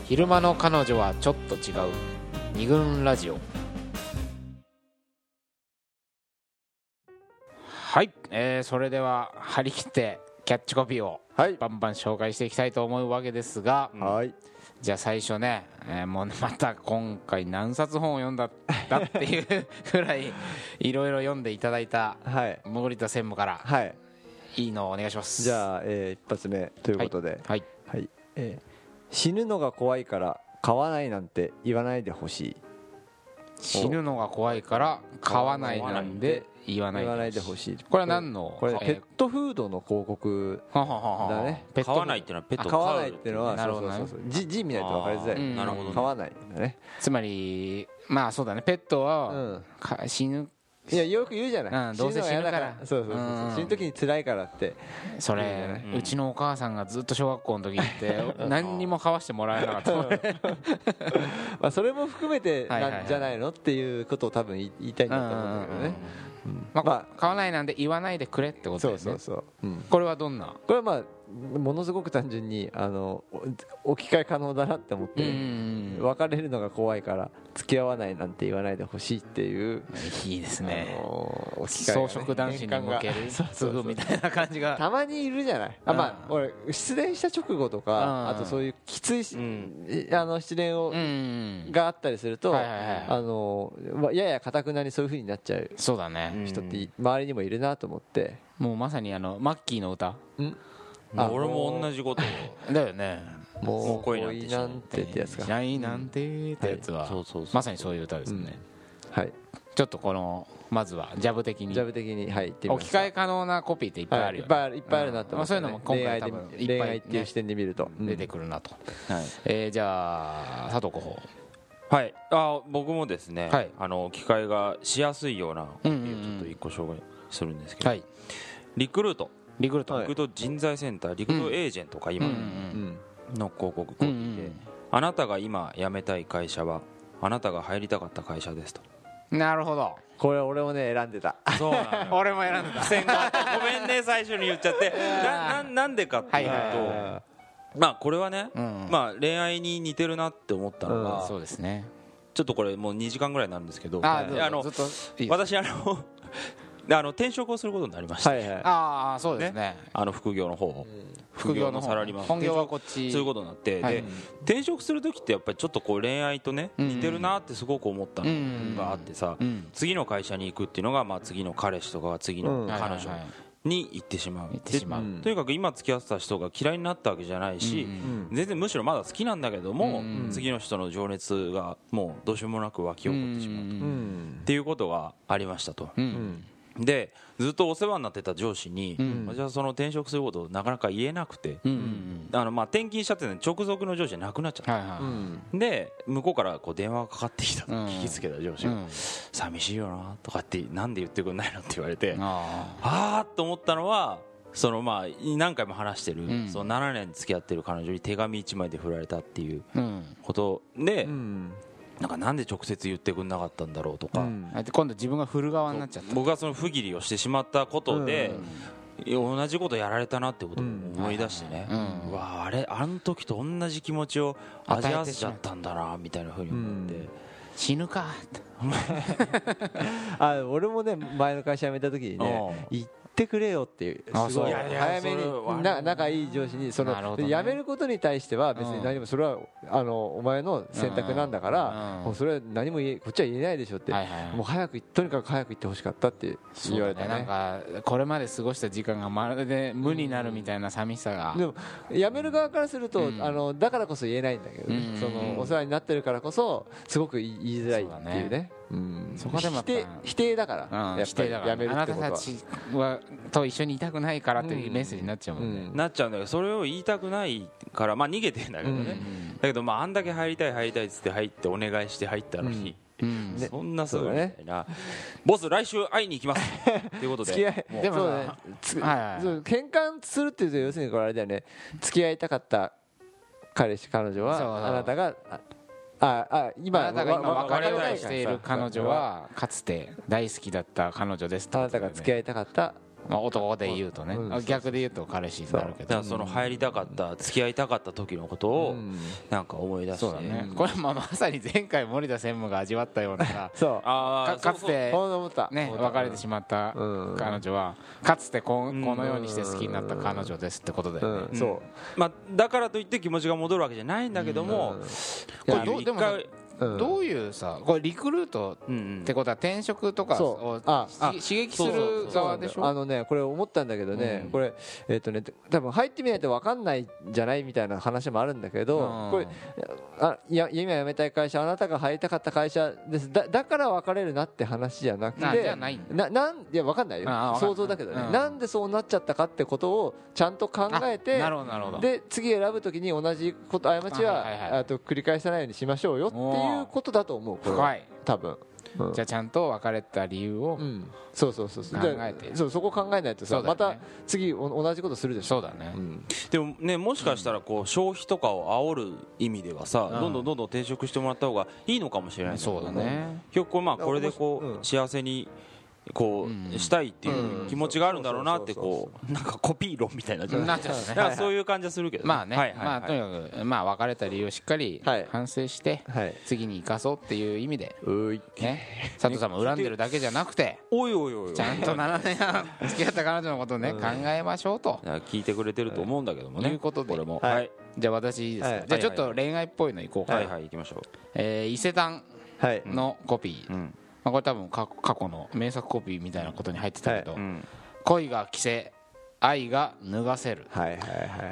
昼間の彼女はちょっと違う二軍ラジオ。はい、それでは張り切ってキャッチコピーをバンバン紹介していきたいと思うわけですが、 はい、 じゃあ最初ね、もうまた今回何冊本を読んだっていうぐらいいろいろ読んでいただいた森田専務から、はい、いいのをお願いします。 じゃあ、一発目ということで、はいはい、死ぬのが怖いから買わないなんて言わないでほしい。 死ぬのが怖いから買わないなんて言わないでほしい。これは何の、 これペットフードの広告だね。 買わないっていうのはペット買わないっていうのは、 なるほどね、 字見ないと分かりづらい。 なるほど、 買わないんだね。 つまりまあそうだね、ペットは死ぬ、 いやよく言うじゃない、 どうせ死ぬから、 そうそうそう、死ぬ時に辛いからって。 それうちのお母さんがずっと小学校の時って何にも買わしてもらえなかったまあそれも含めてなんじゃないのっていうことを多分言いたいんだと思うんだけどね。 まあ買わないなんで言わないでくれってことですね。 そうそうそう、 これはどんな、 これはまあものすごく単純に置き換え可能だなって思って、別れるのが怖いから付き合わないなんて言わないでほしいっていう。 いいですね、 装飾男子に向けるすぐみたいな感じがたまにいるじゃない。まあ俺失恋した直後とか、あとそういうきつい失恋があったりすると、やや堅くなりそういう風になっちゃう人って周りにもいるなと思って。 もうまさにマッキーの歌、 俺も同じことだよね。 もう恋なんてってやつか、 恋なんてってやつはまさにそういう歌ですね。はい、ちょっとこのまずはジャブ的に、はい、置き換え可能なコピーっていっぱいあるよね。 いっぱいあるなと思って、 そういうのも今回多分恋愛っていう視点で見ると出てくるなと。じゃあ佐藤候補。 はい、僕もですね、置き換えがしやすいようなコピーをちょっと一個紹介するんですけど、リクルート人材センター、リクルートエージェントか今の広告コピーで、あなたが今辞めたい会社はあなたが入りたかった会社ですと。 なるほど、 これ俺もね選んでた。 そうなの俺も選んでた。 線がごめんね最初に言っちゃって。なんでかっていうと、まあこれはね、まあ恋愛に似てるなって思ったのが、 そうですね、 ちょっとこれもう2時間ぐらいになるんですけど、 私転職をすることになりました。 ああそうですね、 副業の方を、副業のサラリーマン、 本業はこっちそういうことになって、で転職する時ってやっぱりちょっとこう恋愛とね似てるなってすごく思ったのがあってさ、次の会社に行くっていうのが、まあ次の彼氏とか次の彼女に行ってしまう。とにかく今付き合ってた人が嫌いになったわけじゃないし、全然むしろまだ好きなんだけども、次の人の情熱がもうどうしようもなく湧き起こってしまうっていうことがありましたと。でずっとお世話になってた上司に、じゃあその転職することをなかなか言えなくて、まあ転勤しちゃって、ね、直属の上司じゃなくなっちゃった、で向こうからこう電話がかかってきたと聞きつけた上司が、寂しいよなとかってなんで言ってくんないのって言われて、ああと思ったのは、そのまあ何回も話してる、その7年付き合ってる彼女に手紙1枚で振られたっていうことで、なんで直接言ってくんなかったんだろうとか、 今度自分が振る側になっちゃった。 僕がその不義理をしてしまったことで、同じことやられたなってことを思い出してね、うわあの時と同じ気持ちを味わわせちゃったんだなみたいなふうに思って、 死ぬか俺もね前の会社辞めた時にね言ってくれよっていう、すごい早めに仲いい上司に、その辞めることに対しては別に何も、それはお前の選択なんだから、もうそれは何もこっちは言えないでしょって、もうとにかく早く言ってほしかったって言われたね。 なんかこれまで過ごした時間がまるで無になるみたいな寂しさが。 でも辞める側からするとだからこそ言えないんだけど、そのお世話になってるからこそすごく言いづらいっていうね。そこでも否定だから、やっぱりやめるってことは、あなたたちと一緒にいたくないからっていうメッセージになっちゃうもんね。 なっちゃうんだけど、それを言いたくないからまあ逃げてんだけどね、だけどまああんだけ入りたいっつって入ってお願いして入ったのに、そんなすごいみたいな、ボス来週会いに行きますっていうことで、 でもね、喧嘩するっていうと要するにこれあれだよね、付き合いたかった彼氏彼女はあなたが今あなたが今別れようとしている彼女はかつて大好きだった彼女です。 あなたが付き合いたかった男で言うとね、逆で言うと彼氏になるけど、 その入りたかった付き合いたかった時のことをなんか思い出して、 そうだね、これまさに前回森田専務が味わったようなさかつてね別れてしまった彼女はかつてこのようにして好きになった彼女ですってことだよね。 だからといって気持ちが戻るわけじゃないんだけども、 これ一回どういうさ、これリクルートってことは転職とかを刺激する側でしょ。 これ思ったんだけどね、これ多分入ってみないと分かんないんじゃないみたいな話もあるんだけど、これ今辞めたい会社、あなたが入りたかった会社です、だから別れるなって話じゃなくて、いや分かんないよ、想像だけどね、なんでそうなっちゃったかってことをちゃんと考えて、で次選ぶときに同じこと過ちは繰り返さないようにしましょうよっていうことだと思う。 深い多分。 じゃあちゃんと別れた理由をそう考えて、 そこ考えないとさ、また次同じことするでしょ。 そうだね。 でもね、もしかしたらこう消費とかを煽る意味ではさ、どんどん転職してもらった方がいいのかもしれない。 そうだね。 結構これでこう幸せにこうしたいっていう気持ちがあるんだろうなって、こうなんかコピー論みたいな、そういう感じはするけど、 まあね、とにかく別れた理由をしっかり反省して次に生かそうっていう意味でね、佐藤さんも恨んでるだけじゃなくて、ちゃんと7年半付き合った彼女のことをね考えましょうと聞いてくれてると思うんだけどもね。 いうことで、 じゃあ私いいですか。じゃあちょっと恋愛っぽいのいこうか。 行きましょう。 伊勢丹のコピー、これ多分過去の名作コピーみたいなことに入ってたけど、恋が着せ愛が脱がせる。これ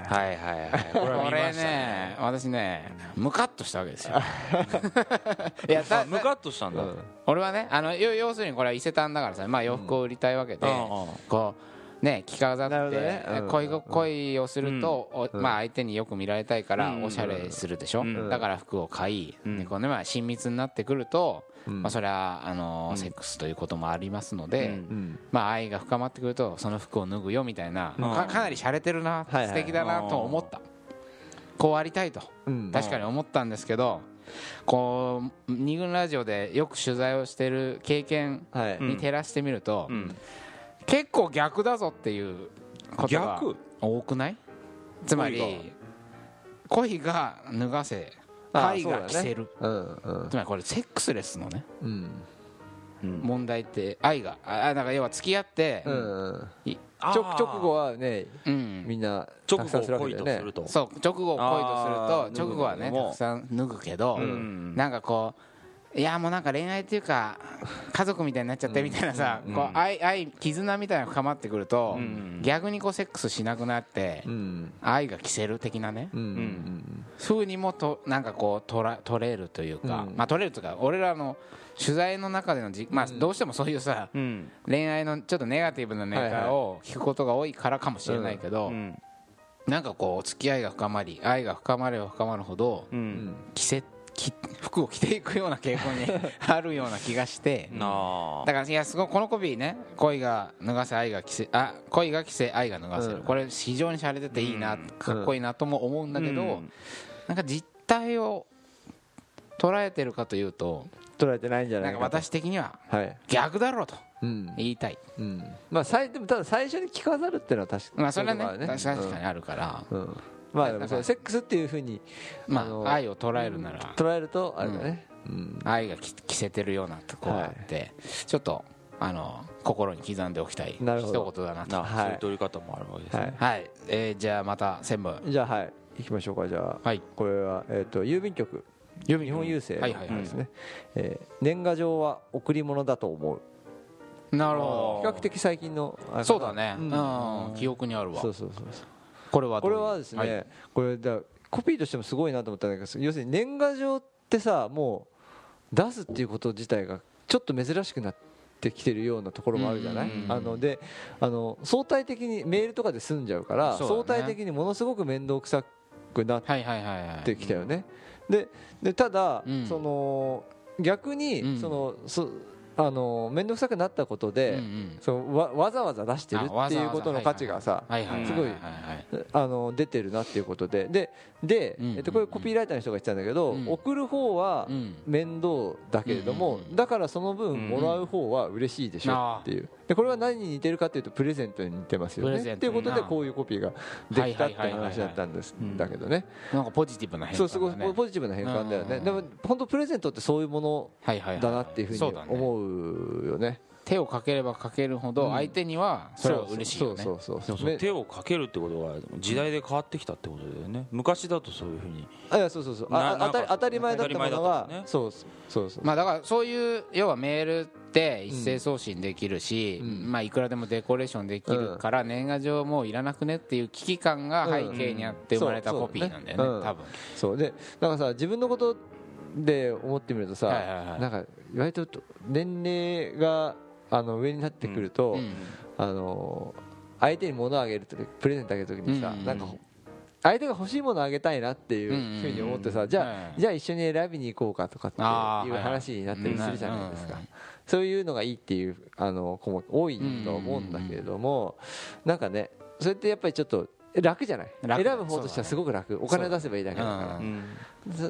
ね、私ねムカッとしたわけですよ。 いやムカッとしたんだ。 俺はね、要するにこれは伊勢丹だからさ、洋服を売りたいわけで、こうね着飾って恋をすると相手によく見られたいからおしゃれするでしょ。だから服を買い、この親密になってくるとそれはセックスということもありますので、愛が深まってくるとその服を脱ぐよみたいな、かなり洒落てるな、素敵だなと思った。こうありたいと確かに思ったんですけど、こう二軍ラジオでよく取材をしている経験に照らしてみると、結構逆だぞっていうことが多くない？つまり恋が脱がせ愛が着せる、つまりこれセックスレスのね、問題って、愛がだから要は付き合って直後はね、みんなたくさんするわけだよね。 そう、直後を恋とすると直後はねたくさん脱ぐけど、なんかこういやもうなんか恋愛っていうか家族みたいになっちゃってみたいなさ、こう絆みたいなのが深まってくると、逆にこうセックスしなくなって愛が着せる的なね、風にもなんかこう取れるというか、取れるというか、俺らの取材の中でのどうしてもそういうさ、恋愛のちょっとネガティブなネタを聞くことが多いからかもしれないけど、なんかこう付き合いが深まり愛が深まれば深まるほど服を着ていくような傾向にあるような気がして、だからいやすごいこのコピーね、恋が脱がせ愛が着せ恋が着せ愛が脱がせる、これ非常に洒落てていいな、かっこいいなとも思うんだけど、なんか実態を捉えてるかというと捉えてないんじゃないかと。 なんか私的には逆だろうと言いたい。 でもただ最初に着飾るっていうのは確かにそれはね確かにあるから、 でもセックスっていうふうに愛を捉えるなら捉えるとあれだね、 愛が着せてるようなところがあって、ちょっと心に刻んでおきたい一言だなと。 そういう取り方もあるわけですね。 はい、じゃあまた専務、 じゃあ行きましょうか。じゃあこれは郵便局、日本郵政ですね。年賀状は贈り物だと思う。 なるほど。比較的最近のそうだね、記憶にあるわ。 そうこれはですね、これコピーとしてもすごいなと思ったんだけど、要するに年賀状ってさ、もう出すっていうこと自体がちょっと珍しくなってきてるようなところもあるじゃない。で相対的にメールとかで済んじゃうから、相対的にものすごく面倒くさくなってきたよね。でただその逆に面倒くさくなったことでわざわざ出してるっていうことの価値がさすごい出てるなっていうことで、これコピーライターの人が言ってたんだけど、送る方は面倒だけれどもだからその分もらう方は嬉しいでしょっていう。 でこれは何に似てるかというとプレゼントに似てますよねっていうことでこういうコピーができたって話だったんですだけどね、 なんかポジティブな変換だね。 そうすごいポジティブな変換だよね。でも本当プレゼントってそういうものだなっていうふうに思うよね。 手をかければかけるほど相手にはそれは嬉しいよね。 手をかけるってことは時代で変わってきたってことだよね。昔だとそういうふうに当たり前だったものがそうまあだからそういう要はメールって一斉送信できるし、まあいくらでもデコレーションできるから年賀状もういらなくねっていう危機感が背景にあって生まれたコピーなんだよね多分。 そうでだからさ自分のことで思ってみるとさ、なんか意外と年齢が上になってくると、相手に物をあげるときプレゼントあげるときにさ、なんか相手が欲しいものをあげたいなっていうふうに思ってさ、じゃあ一緒に選びに行こうかとかっていう話になったりするじゃないですか。そういうのがいいっていう子も多いと思うんだけれども、なんかねそれってやっぱりちょっと楽じゃない。選ぶ方としてはすごく楽。お金出せばいいだけだから、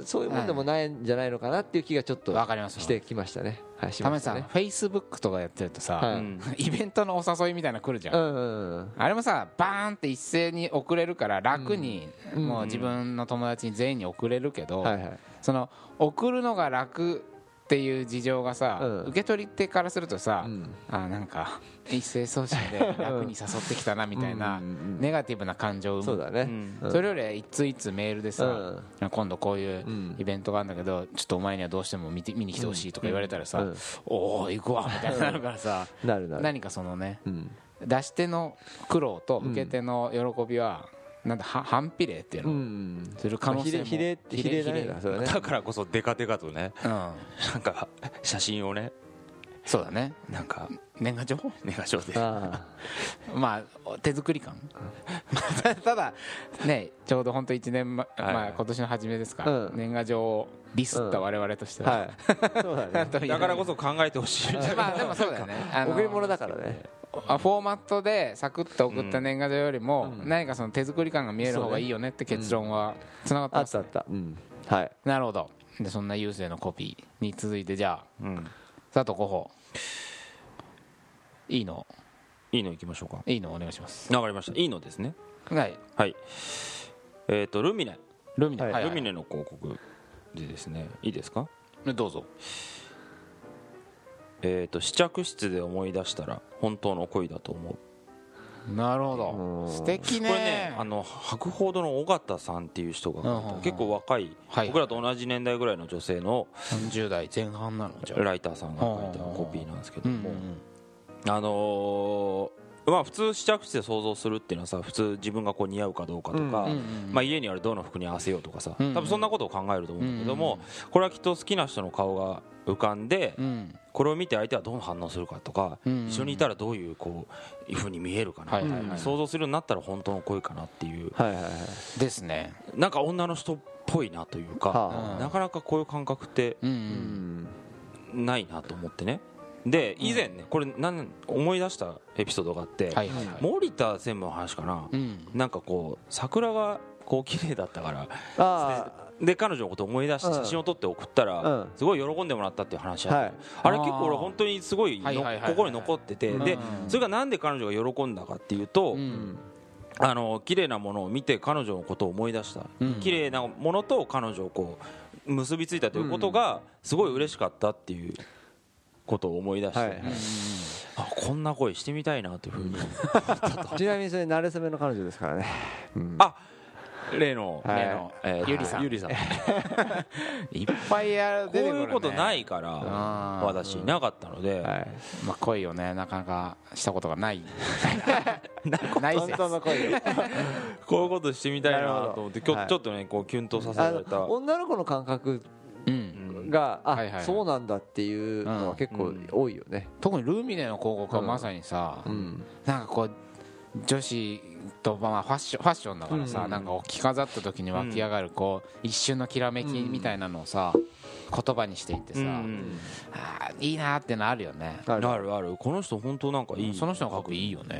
そういうもんでもないんじゃないのかなっていう気がちょっとしてきましたね。 たまにさフェイスブックとかやってるとさ、イベントのお誘いみたいなの来るじゃん。あれもさバーンって一斉に送れるから楽にもう自分の友達に全員に送れるけど、その送るのが楽っていう事情がさ、受け取り手からするとさ、なんか一斉送信で楽に誘ってきたなみたいなネガティブな感情を生む。そうだね。それより一通一通メールでさ、今度こういうイベントがあるんだけどちょっとお前にはどうしても見に来てほしいとか言われたらさ、おお行くわみたいになるからさ、何かそのね出し手の苦労と受け手の喜びはなんだ反比例っていうのする可能性も比例だからこそデカデカとね、なんか写真をね、 そうだね、 なんか年賀状でまあ手作り感ただねちょうど本当1年前今年の初めですか、年賀状をディスった我々としてはだからこそ考えてほしい。 まあでもそうだよね、 贈り物だからね。 フォーマットでサクッと送った年賀状よりも何かその手作り感が見える方がいいよねって結論はつながってますね。 はい、 なるほど。でそんな優勢のコピーに続いてじゃあ、佐藤候補いいのいきましょうか。 いいのお願いします。 わかりました。いいのですね。 はいはい。ルミネの広告でですね、いいですか。 どうぞ。 試着室で思い出したら本当の恋だと思う。なるほど、素敵ね。 これね博報堂の尾形さんっていう人が結構若い、僕らと同じ年代ぐらいの女性の 30代前半なのじゃライターさんが書いたコピーなんですけども、まあ普通試着室で想像するっていうのはさ、普通自分がこう似合うかどうかとか、まあ家にあるどの服に合わせようとかさ、多分そんなことを考えると思うんだけども、これはきっと好きな人の顔が浮かんで、これを見て相手はどう反応するかとか、一緒にいたらどういうこういう風に見えるかな、想像するようになったら本当の恋かなっていうですね。 なんか女の人っぽいなというか、なかなかこういう感覚ってないなと思ってね。で以前ね、これ思い出したエピソードがあって、森田専務の話かな、なんかこう桜がこう綺麗だったからで彼女のことを思い出して写真を撮って送ったらすごい喜んでもらったっていう話あって、あれ結構俺本当にすごい心に残ってて、でそれがなんで彼女が喜んだかっていうと、綺麗なものを見て彼女のことを思い出した、綺麗なものと彼女をこう結びついたということがすごい嬉しかったっていうことを思い出して、こんな恋してみたいなというふうにちなみにそれ慣れ初めの彼女ですからね。 例のゆりさんいっぱい出てくるね。 こういうことないから私いなかったので、 まあ恋をねなかなかしたことがないない本当の恋をこういうことしてみたいなと思って今日ちょっとねこうキュンとさせられた女の子の感覚がそうなんだっていうのは結構多いよね。 特にルミネの広告はまさにさ、なんかこう女子とファッションだからさ、なんか着飾った時に湧き上がるこう一瞬のきらめきみたいなのをさ言葉にしていってさ、いいなってのあるよね。 あるこの人本当なんかいい、 その人の格好いいよね。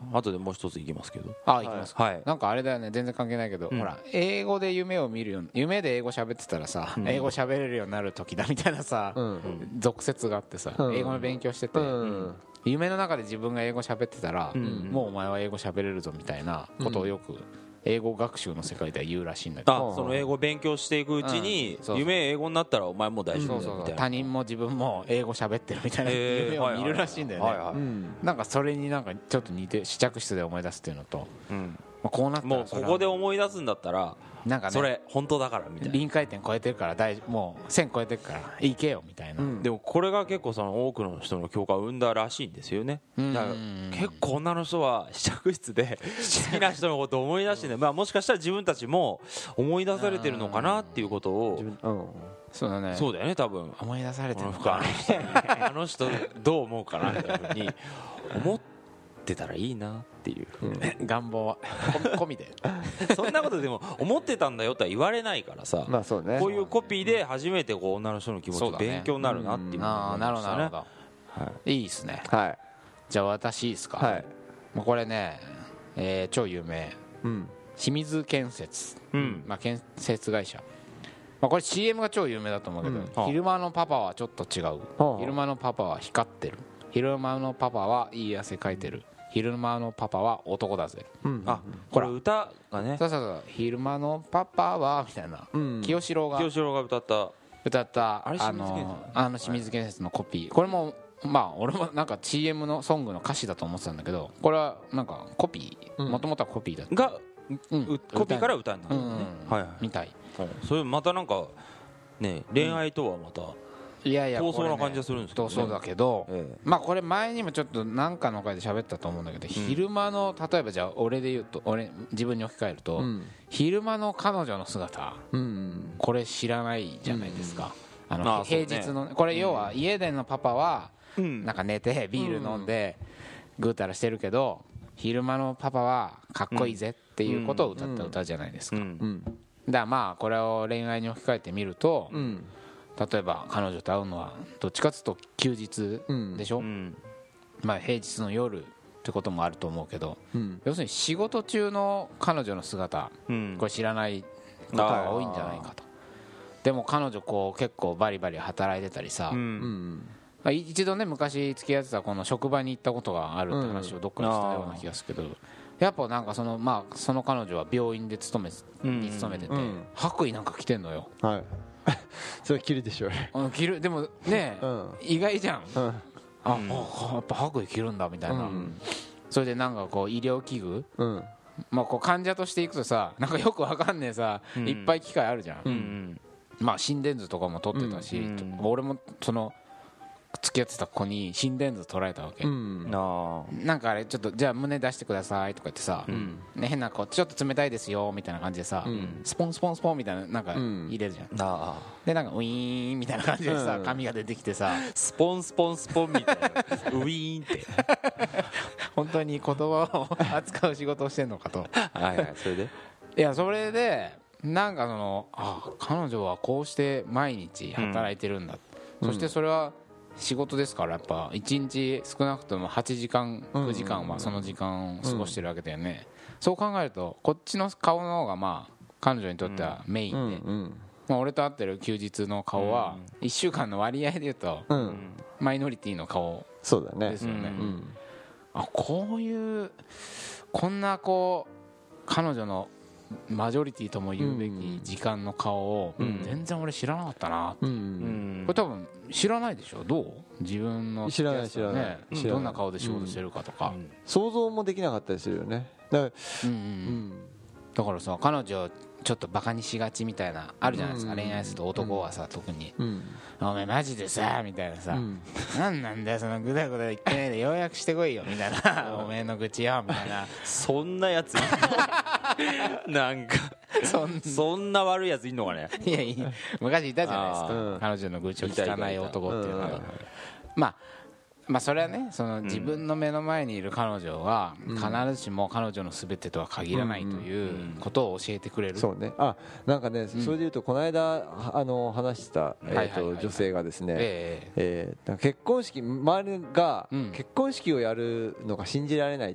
後でもう一ついきますけど。 いきますか。なんかあれだよね、全然関係ないけど、ほら英語で夢を見るよ、夢で英語喋ってたらさ、英語喋れるようになる時だみたいなさ俗説があってさ、英語の勉強してて夢の中で自分が英語喋ってたらもうお前は英語喋れるぞみたいなことをよく英語学習の世界では言うらしいんだけど、 その英語勉強していくうちに夢英語になったらお前もう大丈夫だよみたいな、 他人も自分も英語喋ってるみたいな夢を見るらしいんだよね。なんかそれになんかちょっと似て試着室で思い出すっていうのと、こうなったらもうここで思い出すんだったらなんかね、 それ本当だからみたいな、 臨界点超えてるからもう線超えてるから行けよみたいな、 でもこれが結構その多くの人の共感を生んだらしいんですよね。だから結構女の人は試着室で好きな人のことを思い出してね、もしかしたら自分たちも思い出されてるのかなっていうことを、 そうだね、 そうだよね、多分思い出されてるのかあの人どう思うかなっていうふうに思ってたらいいなっていう願望は込みでそんなことでも思ってたんだよとは言われないからさ、こういうコピーで初めてこう女の人の気持ち勉強になるなっていう。 なるほどなるほど、いいですね。じゃあ私いいですか。これね超有名清水建設、建設会社、これ CM が超有名だと思うけど、昼間のパパはちょっと違う、昼間のパパは光ってる、昼間のパパはいい汗かいてる、昼間のパパは男だぜ。 これ歌がね、 そう昼間のパパはみたいな、清志郎が歌った清水建設のコピー。これも俺もなんか CM のソングの歌詞だと思ってたんだけど、これはなんかコピー、もともとはコピーだったがコピーから歌になるみたい。 それまたなんかね、恋愛とはまた闘争な感じがするんですけど、 そうだけど、これ前にもちょっと何かの回で喋ったと思うんだけど、昼間の、例えばじゃあ俺で言うと、自分に置き換えると、昼間の彼女の姿、これ知らないじゃないですか。平日のこれ要は家でのパパはなんか寝てビール飲んでぐうたらしてるけど、昼間のパパはかっこいいぜっていうことを歌った歌じゃないですか。だからこれを恋愛に置き換えてみると、例えば彼女と会うのはどっちかというと休日でしょ、平日の夜ってこともあると思うけど、要するに仕事中の彼女の姿、これ知らない方が多いんじゃないかと。でも彼女結構バリバリ働いてたりさ、一度ね昔付き合ってたこの職場に行ったことがあるって話をどっかにしたような気がするけど、やっぱなんかその彼女は病院で勤めてて、白衣なんか着てんのよ。 それ着るでしょうね。 着る。でもね、意外じゃん。やっぱ白衣着るんだみたいな。それでなんか医療器具、患者としていくとさ、なんかよくわかんねえさ、いっぱい機械あるじゃん。心電図とかも取ってたし、俺もその付き合ってた子に心電図取られたわけ。なんかあれちょっとじゃあ胸出してくださいとか言ってさ、変なちょっと冷たいですよみたいな感じでさ、スポンスポンスポンみたいななんか入れるじゃん。でなんかウィーンみたいな感じでさ、紙が出てきてさ、 スポンスポンスポンみたいなウィーンって本当に言葉を扱う仕事をしてんのかと。 それでそれでなんか彼女はこうして毎日働いてるんだ、そしてそれは仕事ですから、やっぱ1日少なくとも8時間9時間はその時間を過ごしてるわけだよね。そう考えるとこっちの顔の方が彼女にとってはメインで、俺と会ってる休日の顔は1週間の割合でいうとマイノリティの顔ですよね。こういうこんな彼女のマジョリティとも言うべき時間の顔を全然俺知らなかったなって。これ多分知らないでしょ。どう自分の知らないどんな顔で仕事してるかとか想像もできなかったりするよね。 だからさ、彼女ちょっとバカにしがちみたいなあるじゃないですか。恋愛すると男はさ特にお前マジでさみたいなさ、なんなんだよそのグダグダ言ってないで要約してこいよみたいなおめえの愚痴よみたいなそんなやついんのなんかそんな悪いやついんのかね。 いや昔いたじゃないですか、彼女の愚痴を聞かない男っていうのは。それはね、その自分の目の前にいる彼女は必ずしも彼女の全てとは限らないということを教えてくれる。 そうね。なんかね、それでいうとこの間話した女性がですね、結婚式周りが結婚式をやるのが信じられないって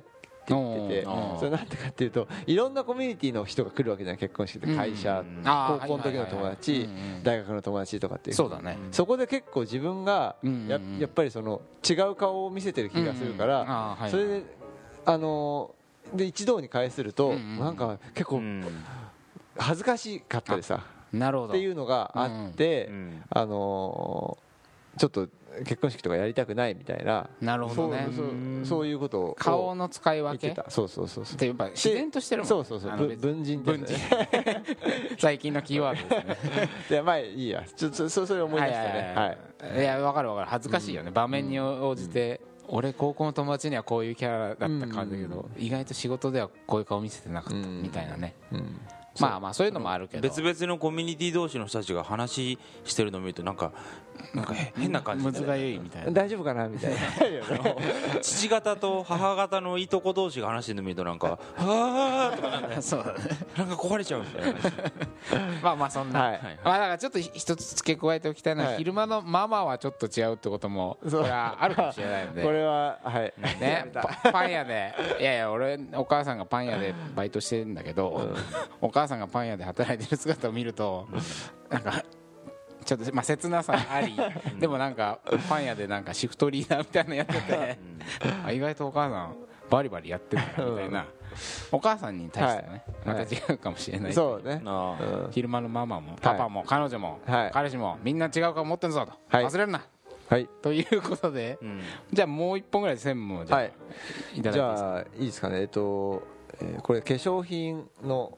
言ってて、それなんでかっていうといろんなコミュニティの人が来るわけじゃない、結婚式で会社、高校の時の友達、大学の友達とかっていう、 そうだね、 そこで結構自分がやっぱりその違う顔を見せてる気がするから、それでで一堂に会するとなんか結構恥ずかしかったりさっていうのがあって、ちょっと結婚式とかやりたくないみたいな、 なるほどね、 そういうことを顔の使い分けそうってやっぱ自然としてるもん、 そう文人って最近のキーワードですねでまあいいや、ちょっとそれ思い出したね。 いや分かる恥ずかしいよね、場面に応じて。俺高校の友達にはこういうキャラだった感じだけど、意外と仕事ではこういう顔見せてなかったみたいなね、まあそういうのもあるけど、 別々のコミュニティ同士の人たちが話してるのを見るとなんか変な感じで、 むずがゆいみたいな、 大丈夫かなみたいな父方と母方のいとこ同士が話してるのを見るとなんかはあとかなんかそうだね、 なんか壊れちゃうみたいなまあそんな、まあだからちょっと一つ付け加えておきたいのは、昼間のママはちょっと違うってこともこれはあるかもしれないので、 これははいね、パン屋でいや俺お母さんがパン屋でバイトしてるんだけど、お母さんがパン屋で働いてる姿を見るとなんかちょっとまあ切なさありでもなんかパン屋でなんかシフトリーダーみたいなのやってて意外とお母さんバリバリやってるんだみたいな、お母さんに対してねまた違うかもしれない、 そうね、 昼間のママもパパも彼女も彼氏もみんな違う顔持ってんぞと忘れるなということで、じゃあもう一本ぐらい専務をじゃあいただいていいですか。 じゃあいいですかね。これ化粧品の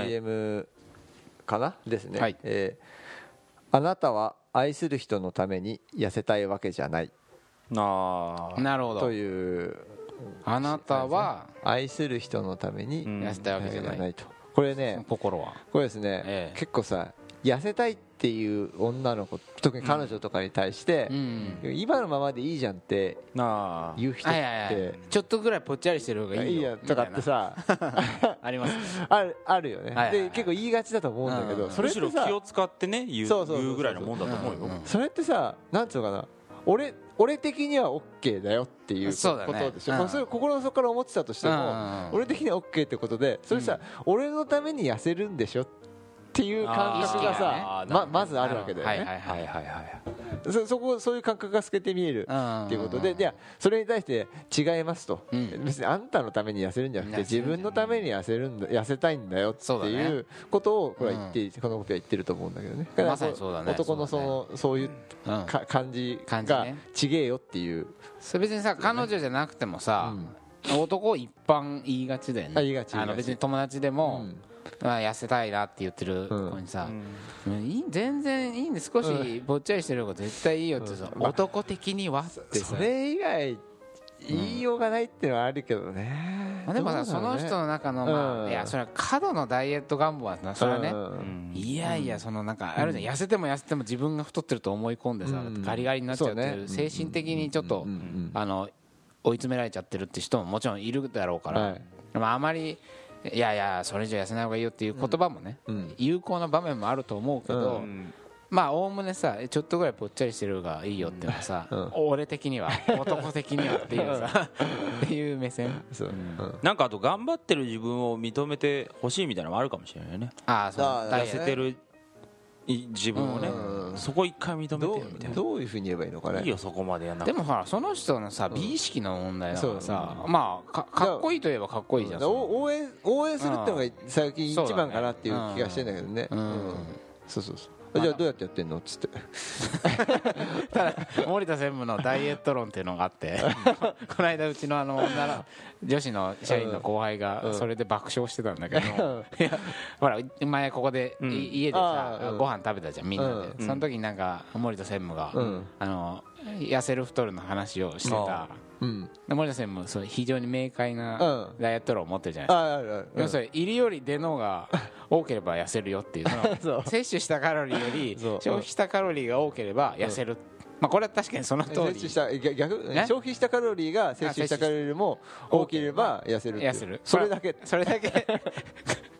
CM かなですね。あなたは愛する人のために痩せたいわけじゃない。 なるほど。 という、 あなたは愛する人のために痩せたいわけじゃないと。 これね、 心はこれですね、結構さ痩せたいっていう女の子、特に彼女とかに対して、今のままでいいじゃんって言う人ってちょっとぐらいぽっちゃりしてる方がいいよとかってさありますあるよね。で結構言いがちだと思うんだけど、それってさむしろ気を使ってね言うぐらいのもんだと思うよ。 それってさ、なんつうのかな、俺的には OK だよっていうことでしょ。それ心の底から思ってたとしても俺的には OK ってことで、それさ俺のために痩せるんでしょっていう感覚がさまずあるわけだよね。そういう感覚が透けて見えるっていうことで、じゃあそれに対して違いますと、別にあんたのために痩せるんじゃなくて自分のために痩せたいんだよっていうことをこのコピは言ってると思うんだけどね。 まさにそうだね。 男のそういう感じがちげえよっていう。 それ別にさ彼女じゃなくてもさ、男一般言いがちだよね。別に友達でも痩せたいなって言ってる子にさ、全然いいんで、少しぼっちゃりしてる方が絶対いいよってさ、男的にはってさ、 それ以外言いようがないっていうのはあるけどね。 でもさ、その人の中のいやそれは過度のダイエット願望はそれはね、いやいやそのなんかあるじゃん、痩せても自分が太ってると思い込んでさガリガリになっちゃってる、精神的にちょっと追い詰められちゃってるって人ももちろんいるだろうから、でもあまりいやいやそれ以上痩せない方がいいよっていう言葉もね、有効な場面もあると思うけど、まあおおむねさちょっとぐらいぽっちゃりしてる方がいいよっていうのはさ、俺的には男的にはっていうさっていう目線、 なんかあと頑張ってる自分を認めてほしいみたいなのもあるかもしれないね。痩せてる自分をね、そこ一回認めてるみたいな。 どういうふうに言えばいいのかね。 いいよそこまでやんなくて。 でもほらその人のさ美意識の問題だからさ、まあかっこいいといえばかっこいいじゃん。 応援するってのが最近一番かなっていう気がしてんだけどね。そうじゃあどうやってやってんのっつってただ森田専務のダイエット論っていうのがあってこの間うちの女子の社員の後輩がそれで爆笑してたんだけど、ほら前ここで家でさご飯食べたじゃんみんなで。その時になんか森田専務が痩せる太るの話をしてた。森田専務そう非常に明快なダイエット論を持ってるじゃないですか。それ入りより出のが多ければ痩せるよっていう、摂取したカロリーより消費したカロリーが多ければ痩せる。まあこれは確かにその通り。 消費したカロリーが摂取したカロリーよりも多ければ痩せる。それだけ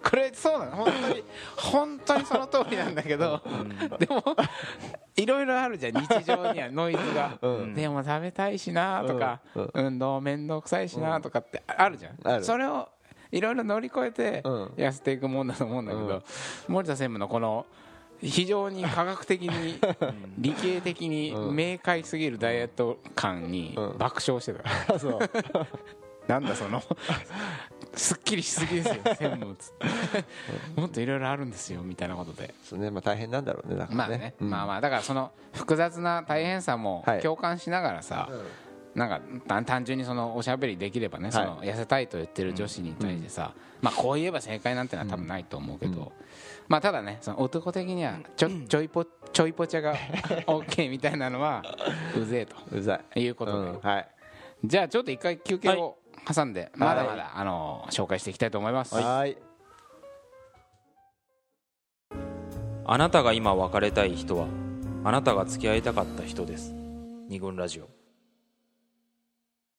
これそうなの、本当にその通りなんだけど、でもいろいろあるじゃん、日常にはノイズが、でも食べたいしなとか、運動面倒くさいしなとかってあるじゃん。それをいろいろ乗り越えて痩せていくもんだと思うんだけど、森田専務のこの非常に科学的に理系的に明快すぎるダイエット感に爆笑してた。そうなんだそのすっきりしすぎですよ専務つってもっといろいろあるんですよみたいなことで、 そうね、まあ大変なんだろうね、だからね。 まあまあだからその複雑な大変さも共感しながらさ、なんか単純にそのおしゃべりできればね、その痩せたいと言ってる女子に対してさ、まあこう言えば正解なんてのは多分ないと思うけど、まあただね、その男的にはちょいぽちゃが OK みたいなのはうぜえとうざいうことで、じゃあちょっと一回休憩を挟んでまだまだ紹介していきたいと思います。 はい。 あなたが今別れたい人はあなたが付き合いたかった人です。二軍ラジオ。